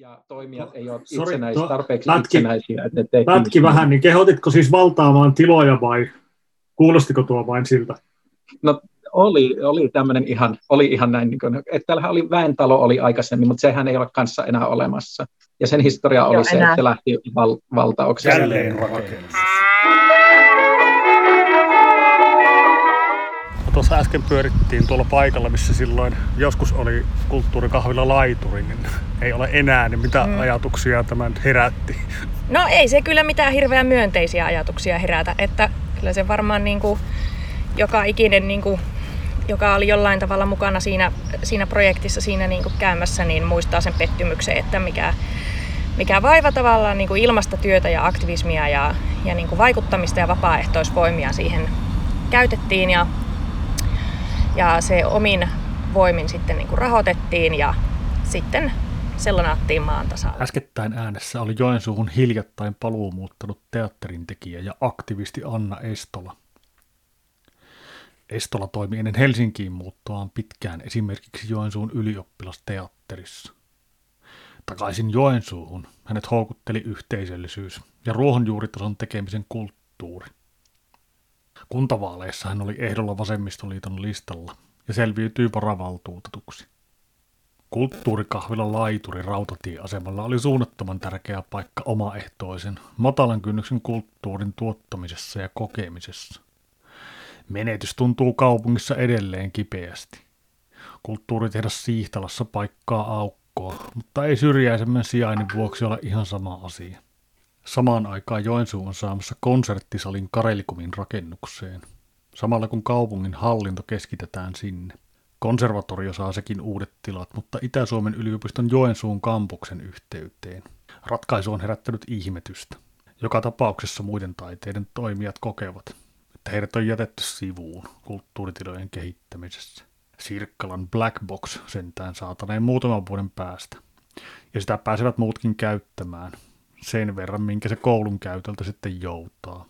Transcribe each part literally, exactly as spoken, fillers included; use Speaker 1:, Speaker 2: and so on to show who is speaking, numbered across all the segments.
Speaker 1: ja toimijat ei ole
Speaker 2: Sorry,
Speaker 1: itsenäisiä, tarpeeksi
Speaker 2: pätki,
Speaker 1: itsenäisiä. Että ne
Speaker 2: pätki vähän, niin kehotitko siis valtaamaan tiloja vai kuulostiko tuo vain siltä?
Speaker 1: No oli, oli tämmöinen ihan, oli ihan näin, niin kuin, että täällähän oli väentalo oli aikaisemmin, mutta sehän ei ole kanssa enää olemassa. Ja sen historia oli se, että se lähti val, valtaukseen.
Speaker 3: Jälleen rakennus.
Speaker 2: Tuossa äsken pyörittiin tuolla paikalla, missä silloin joskus oli kulttuurikahvila Laituri, niin ei ole enää, niin mitä mm. ajatuksia tämän herätti?
Speaker 3: No ei se kyllä mitään hirveän myönteisiä ajatuksia herätä, että kyllä se varmaan niin kuin joka ikinen, niin kuin, joka oli jollain tavalla mukana siinä, siinä projektissa siinä niin kuin käymässä, niin muistaa sen pettymyksen, että mikä, mikä vaiva tavallaan niin kuin ilmaista työtä ja aktivismia ja, ja niin kuin vaikuttamista ja vapaaehtoisvoimia siihen käytettiin ja Ja se omin voimin sitten niin kuin rahoitettiin ja sitten se lonaattiin maan tasalle.
Speaker 2: Äskettäin äänessä oli Joensuuhun hiljattain paluumuuttanut teatterintekijä ja aktivisti Anna Estola. Estola toimi ennen Helsinkiin muuttoaan pitkään esimerkiksi Joensuun ylioppilasteatterissa. Takaisin Joensuuhun hänet houkutteli yhteisöllisyys ja ruohonjuuritason tekemisen kulttuuri. Kuntavaaleissa hän oli ehdolla Vasemmistoliiton listalla ja selviytyi varavaltuutetuksi. Kulttuurikahvila Laituri rautatieasemalla oli suunnattoman tärkeä paikka omaehtoisen, matalan kynnyksen kulttuurin tuottamisessa ja kokemisessa. Menetys tuntuu kaupungissa edelleen kipeästi. Kulttuuritehdas Siihtalassa paikkaa aukkoa, mutta ei syrjäisemmän sijainnin vuoksi ole ihan sama asia. Samaan aikaan Joensuu on saamassa konserttisalin Karelikumin rakennukseen, samalla kun kaupungin hallinto keskitetään sinne. Konservatorio saa sekin uudet tilat, mutta Itä-Suomen yliopiston Joensuun kampuksen yhteyteen. Ratkaisu on herättänyt ihmetystä. Joka tapauksessa muiden taiteiden toimijat kokevat, että heidät on jätetty sivuun kulttuuritilojen kehittämisessä. Sirkkalan Black Box sentään saataneen muutaman vuoden päästä, ja sitä pääsevät muutkin käyttämään. Sen verran, minkä se koulun käytöltä sitten joutaa.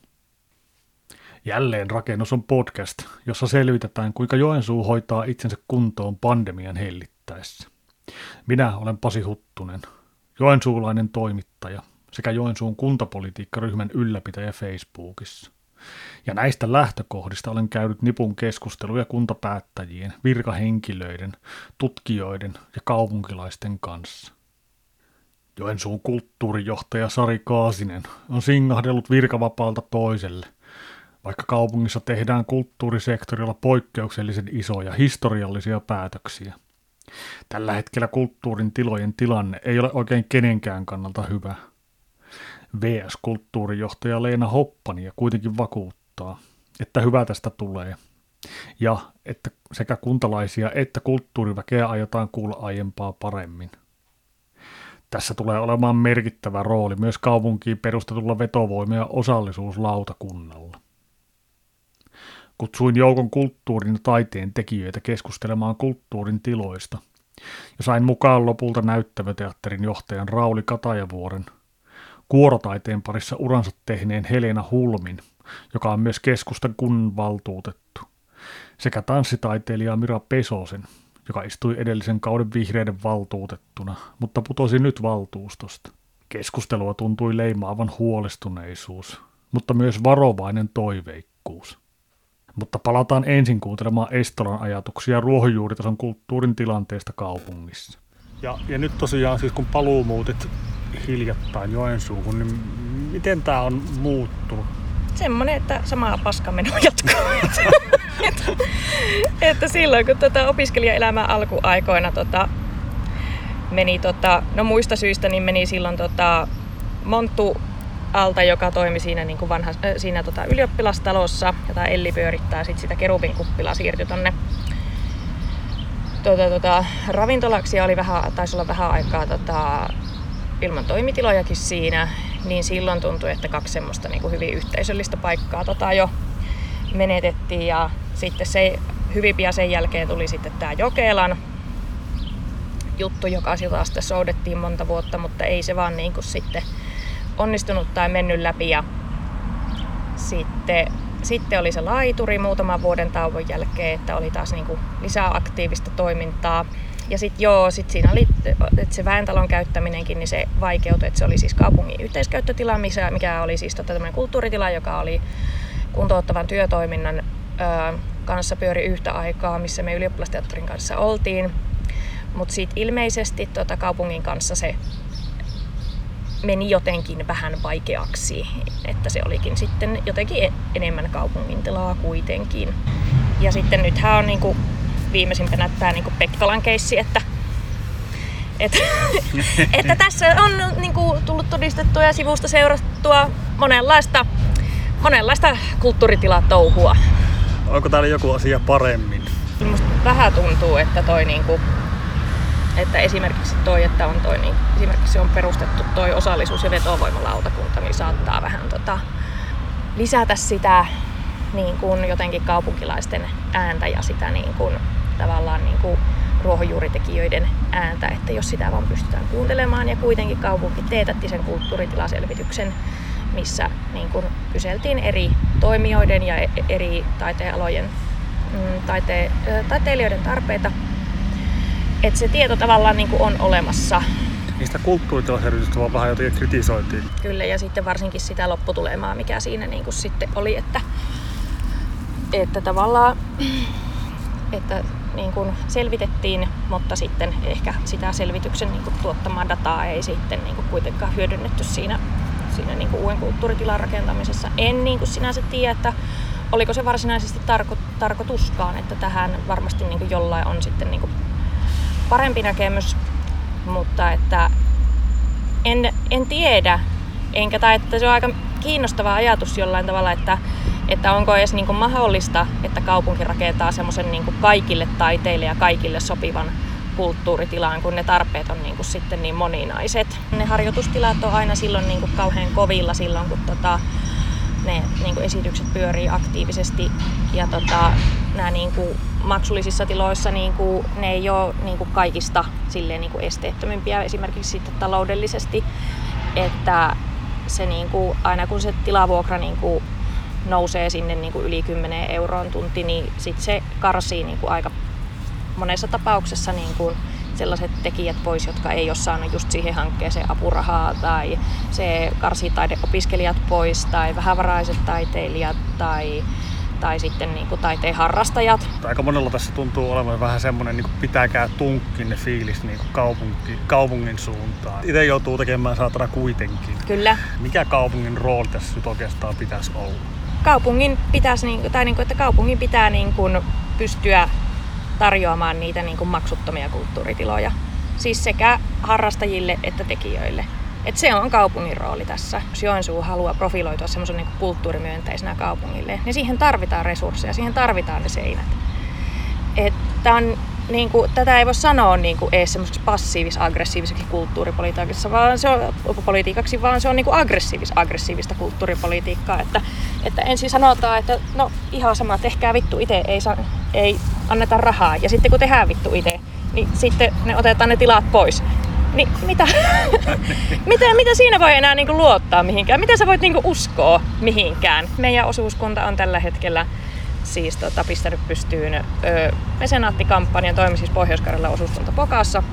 Speaker 2: Jälleen rakennus on podcast, jossa selvitetään, kuinka Joensuu hoitaa itsensä kuntoon pandemian hellittäessä. Minä olen Pasi Huttunen, joensuulainen toimittaja sekä Joensuun kuntapolitiikkaryhmän ylläpitäjä Facebookissa. Ja näistä lähtökohdista olen käynyt nipun keskusteluja kuntapäättäjien, virkahenkilöiden, tutkijoiden ja kaupunkilaisten kanssa. Joensuun kulttuurijohtaja Sari Kaasinen on singahdellut virkavapaalta toiselle, vaikka kaupungissa tehdään kulttuurisektorilla poikkeuksellisen isoja historiallisia päätöksiä. Tällä hetkellä kulttuurin tilojen tilanne ei ole oikein kenenkään kannalta hyvä. V S-kulttuurijohtaja Leena Hoppania kuitenkin vakuuttaa, että hyvä tästä tulee, ja että sekä kuntalaisia että kulttuuriväkeä aiotaan kuulla aiempaa paremmin. Tässä tulee olemaan merkittävä rooli myös kaupunkiin perustetulla vetovoima- ja osallisuuslautakunnalla. Kutsuin joukon kulttuurin ja taiteen tekijöitä keskustelemaan kulttuurin tiloista ja sain mukaan lopulta näyttämöteatterin johtajan Rauli Katajavuoren, kuorotaiteen parissa uransa tehneen Helena Hulmin, joka on myös keskustan kunnanvaltuutettu, sekä tanssitaiteilija Mira Pesosen, joka istui edellisen kauden vihreiden valtuutettuna, mutta putosi nyt valtuustosta. Keskustelua tuntui leimaavan huolestuneisuus, mutta myös varovainen toiveikkuus. Mutta palataan ensin kuuntelemaan Estolan ajatuksia ruohonjuuritason kulttuurin tilanteesta kaupungissa. Ja, ja nyt tosiaan siis kun paluumuutit hiljattain Joensuuhun, niin miten tämä on muuttunut?
Speaker 3: Semmoinen, että sama paskameno jatkuu. että, että silloin kun tota opiskelijaelämän alkuaikoina tota, meni, tota, no muista syistä, niin meni silloin tota, Monttu alta, joka toimi siinä, niin kuin vanha, äh, siinä tota, ylioppilastalossa, jota Elli pyörittää, sitten sitä Kerubin kuppila siirtyi tonne tota, tota, ravintolaksi ja oli vähän, taisi olla vähän aikaa tota, ilman toimitilojakin siinä, niin silloin tuntui, että kaksi semmoista niin kuin hyvin yhteisöllistä paikkaa tota, jo menetettiin ja sitten se, hyvin pian sen jälkeen tuli sitten tämä Jokelan juttu, joka siltä sitten soudettiin monta vuotta, mutta ei se vaan niin kuin sitten onnistunut tai mennyt läpi ja sitten, sitten oli se Laituri muutaman vuoden tauon jälkeen, että oli taas niin kuin lisää aktiivista toimintaa Ja sitten joo, sit siinä oli että se väentalon käyttäminenkin, niin se vaikeutui, että se oli siis kaupungin yhteiskäyttötila, mikä oli siis tota tämmöinen kulttuuritila, joka oli kuntouttavan työtoiminnan ö, kanssa pyöri yhtä aikaa, missä me ylioppilasteatterin kanssa oltiin. Mutta sitten ilmeisesti tota, kaupungin kanssa se meni jotenkin vähän vaikeaksi, että se olikin sitten jotenkin enemmän kaupungin tilaa kuitenkin. Ja sitten nythän on niinku viimeisimpänä tämä niinku Pekkalan keissi, että, että, että tässä on niinku tullut todistettua ja sivusta seurattua monenlaista, monenlaista kulttuuritilatouhua.
Speaker 2: Onko täällä joku asia paremmin?
Speaker 3: Musta vähän tuntuu, että toi niinku että esimerkiksi toi, että on toi, niin esimerkiksi on perustettu toi osallisuus- ja vetovoimalautakunta, niin saattaa vähän tota, lisätä sitä niin kuin jotenkin kaupunkilaisten ääntä ja sitä niin kuin, tavallaan niin kuin ruohonjuuritekijöiden ääntä, että jos sitä vaan pystytään kuuntelemaan ja kuitenkin kaupunki teetätti sen kulttuuritilaselvityksen, missä niin kuin kyseltiin eri toimijoiden ja eri taiteenalojen taite, taiteilijoiden tarpeita. Että se tieto tavallaan niin kuin on olemassa.
Speaker 2: Niistä kulttuuritilaselvitystä vaan vähän jotenkin kritisoitiin.
Speaker 3: Kyllä, ja sitten varsinkin sitä lopputulemaa, mikä siinä niin kuin sitten oli, että, että tavallaan että niin kuin selvitettiin, mutta sitten ehkä sitä selvityksen niin kuin tuottamaa dataa ei sitten niin kuin kuitenkaan hyödynnetty siinä, siinä niin kuin uuden kulttuuritilan rakentamisessa. En niin kuin sinänsä tiedä, että oliko se varsinaisesti tarko, tarkoituskaan, että tähän varmasti niin kuin jollain on sitten niin kuin parempi näkemys, mutta että en, en tiedä, enkä tai että se on aika kiinnostava ajatus jollain tavalla, että, että onko edes niin kuin mahdollista, että kaupunki rakentaa semmoisen niin kuin kaikille taiteille ja kaikille sopivan kulttuuritilaan, kun ne tarpeet on niin kuin sitten niin moninaiset. Ne harjoitustilat on aina silloin niin kuin kauhean kovilla silloin, kun tota, ne niin kuin esitykset pyörii aktiivisesti ja tota, nämä niin kuin maksullisissa tiloissa niin kuin, ne ei ole niin kuin kaikista silleen, niin kuin esteettömimpiä esimerkiksi sitten taloudellisesti, että se, niin kuin, aina kun se tilavuokra niin kuin, nousee sinne niin kuin yli kymmenen euroon tunti, niin sit se karsii niin kuin aika monessa tapauksessa niin kuin sellaiset tekijät pois, jotka ei ole saanut just siihen hankkeeseen apurahaa, tai se karsii taideopiskelijat pois, tai vähävaraiset taiteilijat, tai, tai sitten niin kuin taiteen harrastajat.
Speaker 2: Aika monella tässä tuntuu olevan vähän semmoinen niin kuin pitäkää tunkkinne fiilis niin kuin kaupunki, kaupungin suuntaan. Itse joutuu tekemään saatana kuitenkin.
Speaker 3: Kyllä.
Speaker 2: Mikä kaupungin rooli tässä nyt oikeastaan pitäisi olla?
Speaker 3: Kaupungin pitäisi, tai niin kuin, että kaupungin pitää niin kuin pystyä tarjoamaan niitä niin kuin maksuttomia kulttuuritiloja. Siis sekä harrastajille että tekijöille. Et se on kaupungin rooli tässä. Jos Joensuu haluaa profiloitua semmoisen niin kuin kulttuurimyönteisenä kaupungille, niin siihen tarvitaan resursseja, siihen tarvitaan ne seinät. Että on, niin kuin, tätä ei voi sanoa niin kuin edes semmoiseksi passiivis-aggressiiviseksi kulttuuripolitiikaksi, vaan se on, politiikaksi, vaan se on niin kuin aggressiivis-aggressiivista kulttuuripolitiikkaa. Että, että ensin sanotaan, että no ihan sama, tehkää vittu itse, ei, saa, ei anneta rahaa. Ja sitten kun tehdään vittu itse, niin sitten ne otetaan ne tilat pois. Niin mitä, mitä, mitä siinä voi enää niin kuin luottaa mihinkään? Mitä sä voit niin kuin uskoa mihinkään? Meidän osuuskunta on tällä hetkellä siis tota, pistänyt pystyyn ö, mesenaattikampanjan, toimi siis Pohjois-Karjalan osuuskunta Pokassa.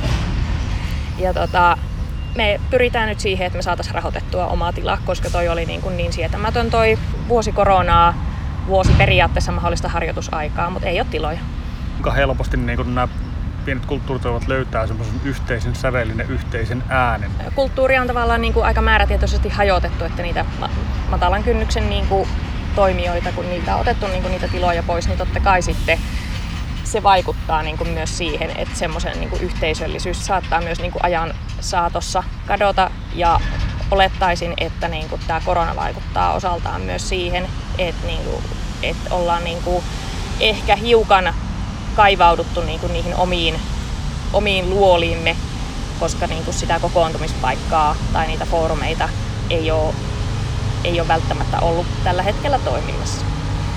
Speaker 3: Ja tota, me pyritään nyt siihen, että me saataisiin rahoitettua omaa tilaa, koska toi oli niin, kuin niin sietämätön toi vuosi koronaa, vuosi periaatteessa mahdollista harjoitusaikaa, mutta ei ole tiloja.
Speaker 2: Kuinka helposti niin kun nämä pienet kulttuuritoivat löytää semmoisen yhteisen sävelinen, yhteisen äänen?
Speaker 3: Kulttuuri on tavallaan niin kuin aika määrätietoisesti hajotettu, että niitä matalan kynnyksen niin kuin toimijoita, kun niitä on otettu niin kuin niitä tiloja pois, niin totta kai sitten se vaikuttaa niin kuin myös siihen, että semmoisen niin kuin yhteisöllisyys saattaa myös niin kuin ajan saatossa kadota, ja olettaisin, että niin kuin tämä korona vaikuttaa osaltaan myös siihen, että, niin kuin, että ollaan niin kuin ehkä hiukan kaivauduttu niin kuin niihin omiin, omiin luoliimme, koska niin kuin sitä kokoontumispaikkaa tai niitä foorumeita ei ole, ei ole välttämättä ollut tällä hetkellä toiminnassa.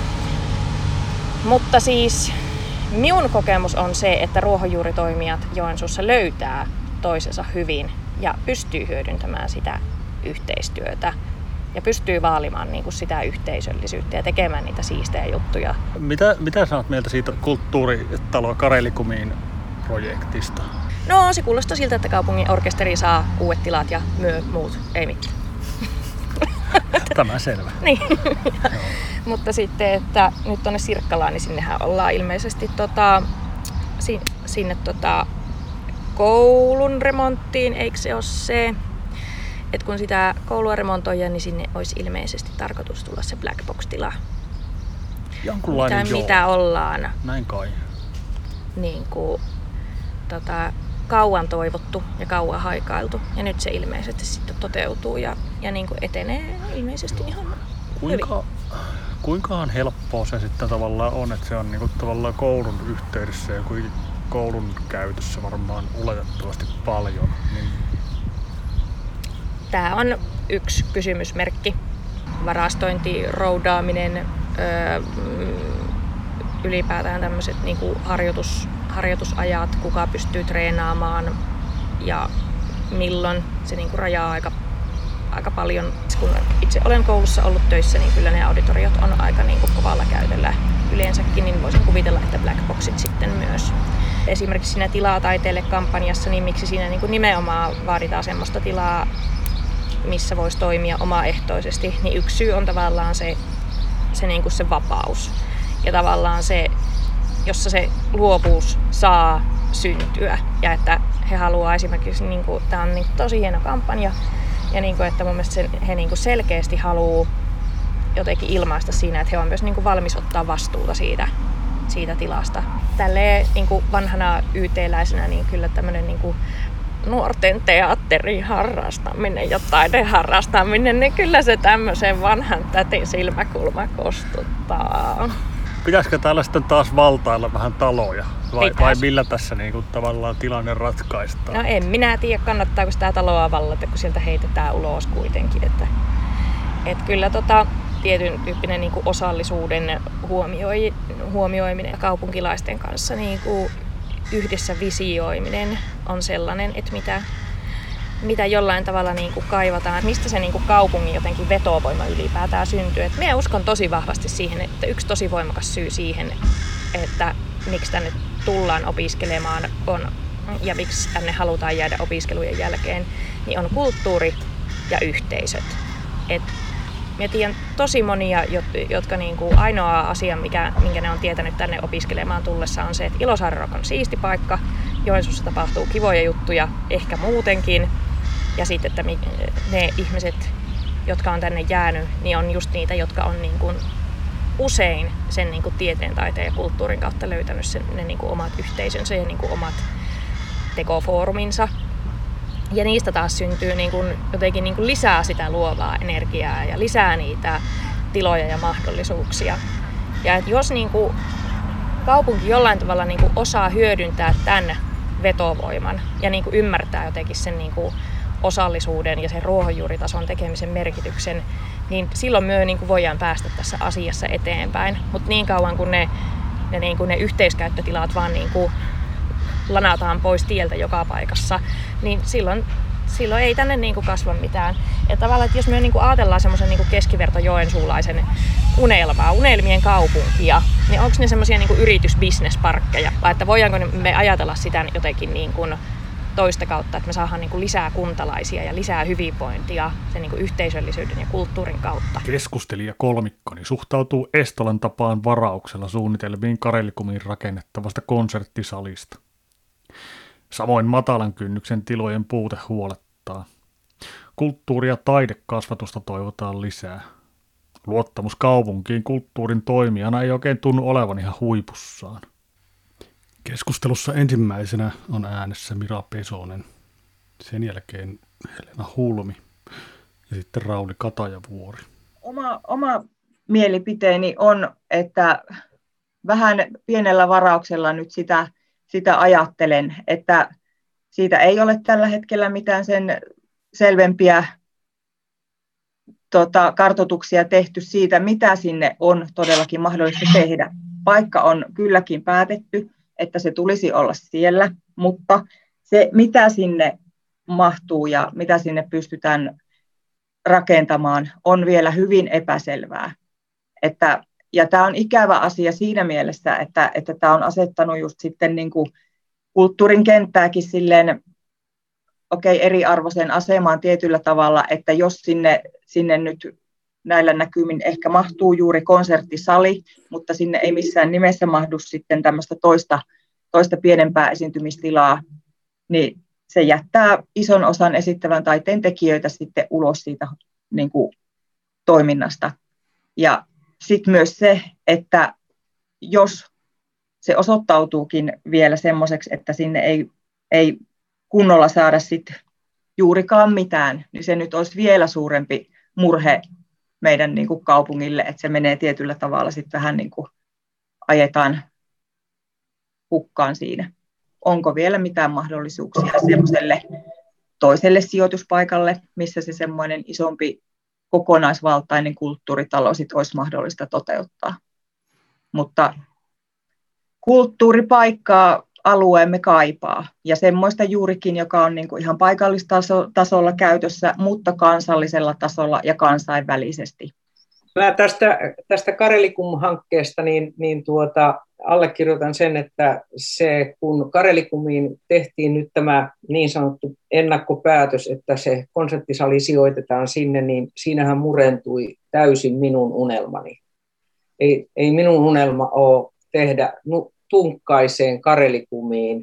Speaker 3: Mutta siis minun kokemus on se, että ruohonjuuritoimijat Joensuussa löytää toisensa hyvin ja pystyy hyödyntämään sitä yhteistyötä ja pystyy vaalimaan niin kuin sitä yhteisöllisyyttä ja tekemään niitä siistejä juttuja.
Speaker 2: Mitä, mitä sä oot mieltä siitä kulttuuritalo Karelikumiin projektista?
Speaker 3: No se kuulostaa siltä, että kaupungin orkesteri saa uudet tilat ja myö muut ei mitään.
Speaker 2: Tämä selvä.
Speaker 3: Niin. Mutta sitten, että nyt tuonne Sirkkalaan, niin sinnehän ollaan ilmeisesti tota, si, sinne tota, koulun remonttiin, eikö se ole se? Että kun sitä koulua remontoija, niin sinne olisi ilmeisesti tarkoitus tulla se black box-tila.
Speaker 2: Jonkunlainen
Speaker 3: mitä,
Speaker 2: joo.
Speaker 3: mitä ollaan
Speaker 2: Näin kai.
Speaker 3: Niin kuin, tota, kauan toivottu ja kauan haikailtu. Ja nyt se ilmeisesti sitten toteutuu ja, ja niin kuin etenee ilmeisesti ihan
Speaker 2: Kuinka,
Speaker 3: hyvin.
Speaker 2: kuinkahan helppoa se sitten tavallaan on, että se on niin kuin tavallaan koulun yhteydessä ja kuitenkin koulun käytössä varmaan oletettavasti paljon. Niin...
Speaker 3: Tämä on yksi kysymysmerkki. Varastointi, roudaaminen, öö, ylipäätään tämmöiset niinku harjoitus, harjoitusajat, kuka pystyy treenaamaan ja milloin se niinku rajaa aika, aika paljon. Kun itse olen koulussa ollut töissä, niin kyllä ne auditoriot on aika niinku kovalla käytöllä yleensäkin, niin voisin kuvitella, että black boxit sitten myös. Esimerkiksi siinä Tilaa taiteelle -kampanjassa, niin miksi siinä niinku nimenomaan vaaditaan semmoista tilaa, missä voisi toimia omaehtoisesti, niin yksi syy on tavallaan se, se, niin kuin se vapaus. Ja tavallaan se, jossa se luovuus saa syntyä. Ja että he haluaa esimerkiksi, niin kuin, tämä on niin kuin tosi hieno kampanja, ja niin kuin, että mun mielestä se, he niin kuin selkeästi haluaa jotenkin ilmaista siinä, että he on myös niin kuin valmis ottaa vastuuta siitä, siitä tilasta. Tälleen niin kuin vanhana Y T-läisenä niin kyllä tämmöinen niin kuin nuorten teatterin harrastaminen ja taiden harrastaminen, niin kyllä se tämmöisen vanhan tätin silmäkulma kostuttaa.
Speaker 2: Pitäisikö täällä sitten taas valtailla vähän taloja? Vai, vai millä tässä niinku tavallaan tilanne ratkaistaan?
Speaker 3: No en minä tiedä, kannattaako sitä taloa vallata, kun sieltä heitetään ulos kuitenkin. Että, että kyllä tota, tietyn tyyppinen niinku osallisuuden huomioi, huomioiminen kaupunkilaisten kanssa niinku yhdessä visioiminen on sellainen, että mitä, mitä jollain tavalla niin kuin kaivataan, että mistä se niin kuin kaupungin jotenkin vetovoima ylipäätään syntyy. Et minä uskon tosi vahvasti siihen, että yksi tosi voimakas syy siihen, että miksi tänne tullaan opiskelemaan on, ja miksi tänne halutaan jäädä opiskelujen jälkeen, niin on kulttuuri ja yhteisöt. Et minä tiedän tosi monia, jotka niinku ainoa asia, mikä, minkä ne on tietänyt tänne opiskelemaan tullessa, on se, että Ilosaaren Rock on siisti paikka, Joensuussa tapahtuu kivoja juttuja, ehkä muutenkin. Ja sitten, että ne ihmiset, jotka on tänne jäänyt, niin on just niitä, jotka on niinku usein sen niinku tieteen, taiteen ja kulttuurin kautta löytänyt sen, ne niinku omat yhteisönsä ja niinku omat tekofooruminsa. Ja niistä taas syntyy niin kuin jotenkin niin kuin lisää sitä luovaa energiaa ja lisää niitä tiloja ja mahdollisuuksia. Ja että jos niin kuin kaupunki jollain tavalla niin kuin osaa hyödyntää tämän vetovoiman ja niin kuin ymmärtää jotenkin sen niin kuin osallisuuden ja sen ruohonjuuritason tekemisen merkityksen, niin silloin myös niin kuin voidaan päästä tässä asiassa eteenpäin. Mutta niin kauan kun ne, ne, niin kuin ne yhteiskäyttötilat vaan niin kuin lanataan pois tieltä joka paikassa, niin silloin, silloin ei tänne niinku kasva mitään. Ja tavallaan, että jos me niinku ajatellaan semmoisen niinku keskiverto-joensuulaisen unelmaa, unelmien kaupunkia, niin onko ne semmoisia niinku yritysbisnesparkkeja, vai että voidaanko me ajatella sitä jotenkin niinku toista kautta, että me saadaan niinku lisää kuntalaisia ja lisää hyvinvointia sen niinku yhteisöllisyyden ja kulttuurin kautta.
Speaker 2: Keskustelija kolmikkoni suhtautuu Estolan tapaan varauksella suunnitelmiin Karelikumiin rakennettavasta konserttisalista. Samoin matalan kynnyksen tilojen puute huolettaa. Kulttuuri- ja taidekasvatusta toivotaan lisää. Luottamus kaupunkiin kulttuurin toimijana ei oikein tunnu olevan ihan huipussaan. Keskustelussa ensimmäisenä on äänessä Mira Pesonen, sen jälkeen Helena Hulmi ja sitten Rauli Katajavuori.
Speaker 4: Oma, oma mielipiteeni on, että vähän pienellä varauksella nyt sitä Sitä ajattelen, että siitä ei ole tällä hetkellä mitään sen selvempiä tota, kartoituksia tehty siitä, mitä sinne on todellakin mahdollista tehdä. Paikka on kylläkin päätetty, että se tulisi olla siellä, mutta se, mitä sinne mahtuu ja mitä sinne pystytään rakentamaan, on vielä hyvin epäselvää. Että Ja tämä on ikävä asia siinä mielessä, että, että tämä on asettanut just sitten niin kuin kulttuurin kenttääkin silleen, okei, okay, eriarvoiseen asemaan tietyllä tavalla, että jos sinne, sinne nyt näillä näkymin ehkä mahtuu juuri konserttisali, mutta sinne ei missään nimessä mahdu sitten tämmöistä toista, toista pienempää esiintymistilaa, niin se jättää ison osan esittävän taiteen tekijöitä sitten ulos siitä niin kuin, toiminnasta. Ja sitten myös se, että jos se osoittautuukin vielä semmoiseksi, että sinne ei, ei kunnolla saada sit juurikaan mitään, niin se nyt olisi vielä suurempi murhe meidän niin kuin kaupungille, että se menee tietyllä tavalla sitten vähän niin kuin ajetaan hukkaan siinä. Onko vielä mitään mahdollisuuksia semmoiselle toiselle sijoituspaikalle, missä se semmoinen isompi kokonaisvaltainen kulttuuritalo sit olisi mahdollista toteuttaa. Mutta kulttuuripaikkaa alueemme kaipaa, ja semmoista juurikin, joka on niinku ihan paikallistasolla käytössä, mutta kansallisella tasolla ja kansainvälisesti.
Speaker 5: Mä tästä, tästä Karelikum-hankkeesta niin, niin tuota, allekirjoitan sen, että se, kun Karelikumiin tehtiin nyt tämä niin sanottu ennakkopäätös, että se konserttisali sijoitetaan sinne, niin siinähän murentui täysin minun unelmani. Ei, ei minun unelma ole tehdä tunkkaiseen Karelikumiin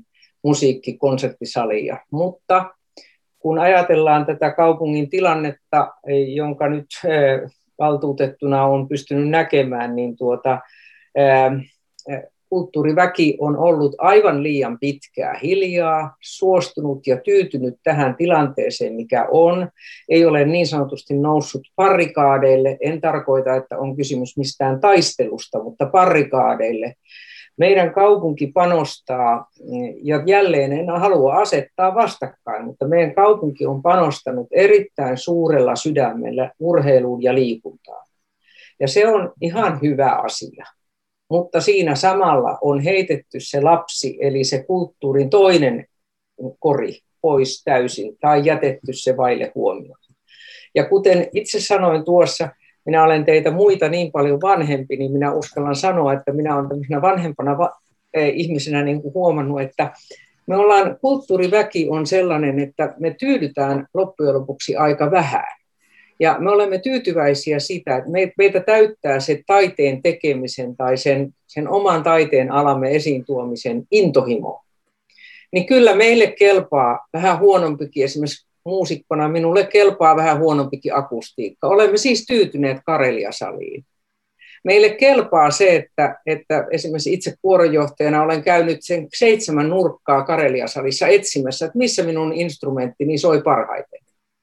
Speaker 5: musiikkikonserttisalia, mutta kun ajatellaan tätä kaupungin tilannetta, jonka nyt valtuutettuna on pystynyt näkemään, niin tuota, ää, kulttuuriväki on ollut aivan liian pitkää hiljaa, suostunut ja tyytynyt tähän tilanteeseen, mikä on. Ei ole niin sanotusti noussut barrikaadeille. En tarkoita, että on kysymys mistään taistelusta, mutta barrikaadeille. Meidän kaupunki panostaa, ja jälleen en halua asettaa vastakkain, mutta meidän kaupunki on panostanut erittäin suurella sydämellä urheiluun ja liikuntaan. Ja se on ihan hyvä asia. Mutta siinä samalla on heitetty se lapsi, eli se kulttuurin toinen kori pois täysin, tai jätetty se vaille huomiota. Ja kuten itse sanoin tuossa, minä olen teitä muita niin paljon vanhempi, niin minä uskallan sanoa, että minä olen tämmöisenä vanhempana va- ihmisenä niin kuin huomannut, että me ollaan, kulttuuriväki on sellainen, että me tyydytään loppujen lopuksi aika vähän. Ja me olemme tyytyväisiä sitä, että meitä täyttää se taiteen tekemisen tai sen, sen oman taiteen alamme esiin tuomisen intohimo. Niin kyllä meille kelpaa vähän huonompikin, esimerkiksi muusikkona minulle kelpaa vähän huonompikin akustiikka. Olemme siis tyytyneet Karelia-saliin. Meille kelpaa se, että, että esimerkiksi itse kuoronjohtajana olen käynyt sen seitsemän nurkkaa Karelia-salissa etsimässä, että missä minun instrumenttini soi parhaiten.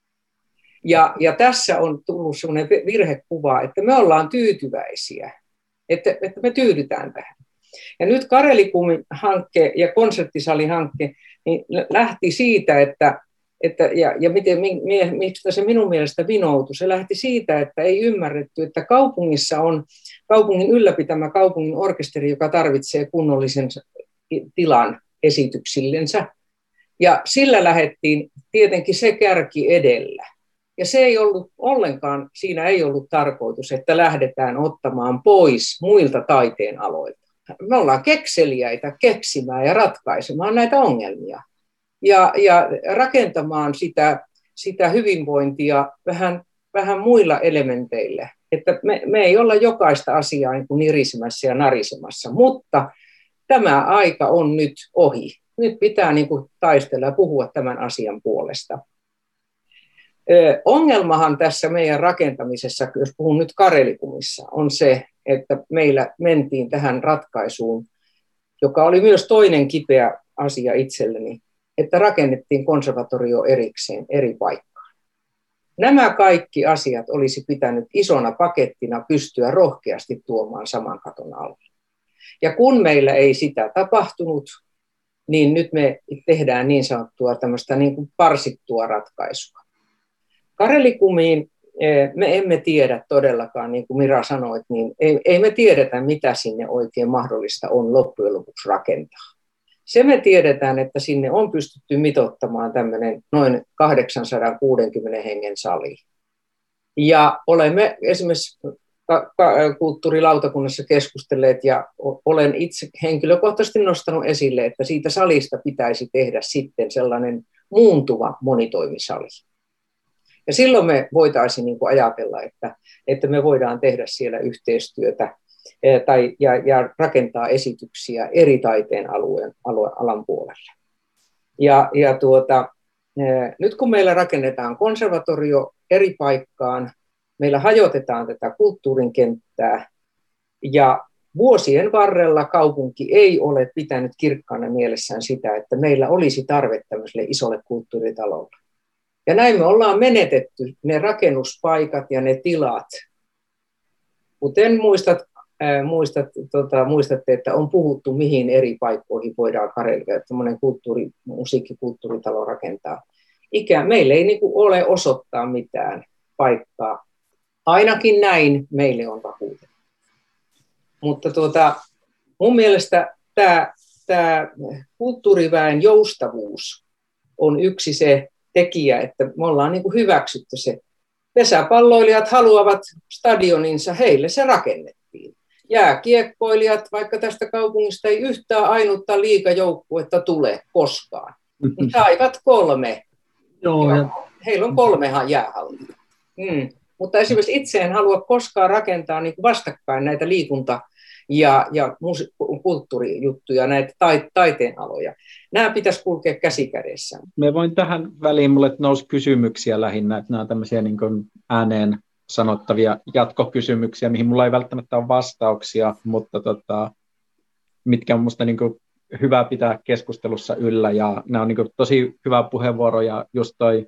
Speaker 5: Ja, ja tässä on tullut sellainen virhekuva, että me ollaan tyytyväisiä, että, että me tyydytään tähän. Ja nyt Karelikum-hankke ja konserttisalihankke niin lähti siitä, että, että ja, ja miten, miksi se minun mielestä vinoutui, se lähti siitä, että ei ymmärretty, että kaupungissa on kaupungin ylläpitämä kaupungin orkesteri, joka tarvitsee kunnollisen tilan esityksillensä. Ja sillä lähdettiin tietenkin se kärki edellä. Ja se ei ollut ollenkaan, siinä ei ollut tarkoitus, että lähdetään ottamaan pois muilta taiteen aloilta. Me ollaan kekseliäitä keksimään ja ratkaisemaan näitä ongelmia ja, ja rakentamaan sitä, sitä hyvinvointia vähän, vähän muilla elementeillä. Että me, me ei olla jokaista asiaa niin kuin nirisemässä ja narisemassa, mutta tämä aika on nyt ohi. Nyt pitää niin kuin taistella ja puhua tämän asian puolesta. Ö, ongelmahan tässä meidän rakentamisessa, jos puhun nyt Karelikumissa, on se, että meillä mentiin tähän ratkaisuun, joka oli myös toinen kipeä asia itselleni, että rakennettiin konservatorio erikseen eri paikkaan. Nämä kaikki asiat olisi pitänyt isona pakettina pystyä rohkeasti tuomaan saman katon alle. Ja kun meillä ei sitä tapahtunut, niin nyt me tehdään niin sanottua tämmöistä niin kuin parsittua ratkaisua. Karelikumiin me emme tiedä todellakaan, niin kuin Mira sanoit, niin ei, ei me tiedetä, mitä sinne oikein mahdollista on loppujen lopuksi rakentaa. Se me tiedetään, että sinne on pystytty mitoittamaan tämmöinen noin kahdeksansataakuusikymmentä hengen sali. Ja olemme esimerkiksi kulttuurilautakunnassa keskustelleet ja olen itse henkilökohtaisesti nostanut esille, että siitä salista pitäisi tehdä sitten sellainen muuntuva monitoimisali. Ja silloin me voitaisiin niin kuin ajatella, että, että me voidaan tehdä siellä yhteistyötä tai, ja, ja rakentaa esityksiä eri taiteen alueen, alueen alan puolella. Ja, ja tuota, nyt kun meillä rakennetaan konservatorio eri paikkaan, meillä hajotetaan tätä kulttuurin kenttää ja vuosien varrella kaupunki ei ole pitänyt kirkkaana mielessään sitä, että meillä olisi tarve tämmöiselle isolle kulttuuritalolle. Ja näin me ollaan menetetty ne rakennuspaikat ja ne tilat. Kuten muistat, äh, muistat, tota, muistatte, että on puhuttu, mihin eri paikkoihin voidaan Karelia tämmöinen kulttuuri, musiikkikulttuuritalo rakentaa. Ikä, meillä ei niin kuin ole osoittaa mitään paikkaa. Ainakin näin meille on vakuutettu. Mutta tuota, mun mielestä tämä, tämä kulttuuriväen joustavuus on yksi se tekijä, että me ollaan niin kuin hyväksytty se. Pesäpalloilijat haluavat stadioninsa, heille se rakennettiin. Jääkiekkoilijat, vaikka tästä kaupungista ei yhtään ainutta liigajoukkuetta tule koskaan, niin saivat kolme.
Speaker 2: Joo, ja...
Speaker 5: Heillä on kolmehan jäähallia. Hmm. Mutta esimerkiksi itse en halua koskaan rakentaa niin kuin vastakkain näitä liikunta- ja, ja musi- kulttuurijuttuja, näitä ta- taiteen aloja. Nämä pitäisi kulkea käsi kädessä.
Speaker 1: Me voin tähän väliin, mulle nousi kysymyksiä lähinnä, että nämä on tämmöisiä niin kuin ääneen sanottavia jatkokysymyksiä, mihin mulla ei välttämättä ole vastauksia, mutta tota, mitkä on musta niin kuin hyvä pitää keskustelussa yllä, ja nämä on niin kuin tosi hyvä puheenvuoro, ja just toi,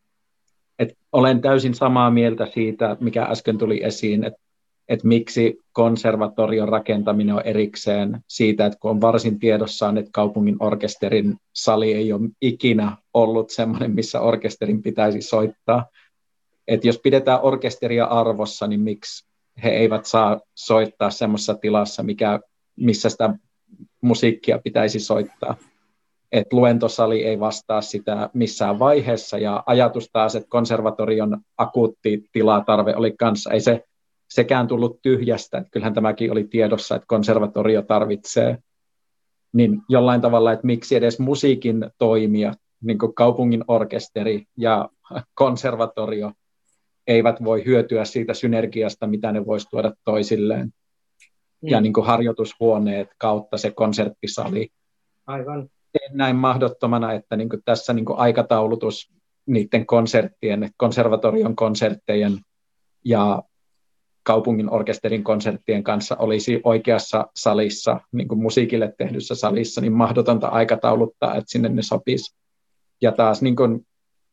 Speaker 1: että olen täysin samaa mieltä siitä, mikä äsken tuli esiin, että, että miksi konservatorion rakentaminen on erikseen siitä, että kun on varsin tiedossaan, että kaupungin orkesterin sali ei ole ikinä ollut semmoinen, missä orkesterin pitäisi soittaa. Että jos pidetään orkesteria arvossa, niin miksi he eivät saa soittaa semmoisessa tilassa, mikä, missä sitä musiikkia pitäisi soittaa. Että luentosali ei vastaa sitä missään vaiheessa, ja ajatus taas, että konservatorion akuutti tilatarve oli kanssa, ei se sekään tullut tyhjästä, että kyllähän tämäkin oli tiedossa, että konservatorio tarvitsee, niin jollain tavalla, että miksi edes musiikin toimijat, niin kuin kaupungin orkesteri ja konservatorio, eivät voi hyötyä siitä synergiasta, mitä ne voisi tuoda toisilleen. Mm. Ja niin kuin harjoitushuoneet kautta se konserttisali.
Speaker 5: Aivan.
Speaker 1: Näin mahdottomana, että niin kuin tässä niin kuin aikataulutus niiden konserttien, konservatorion konserttejen ja kaupungin orkesterin konserttien kanssa olisi oikeassa salissa, niin kuin musiikille tehdyssä salissa, niin mahdotonta aikatauluttaa, että sinne ne sopisi. Ja taas niin kuin,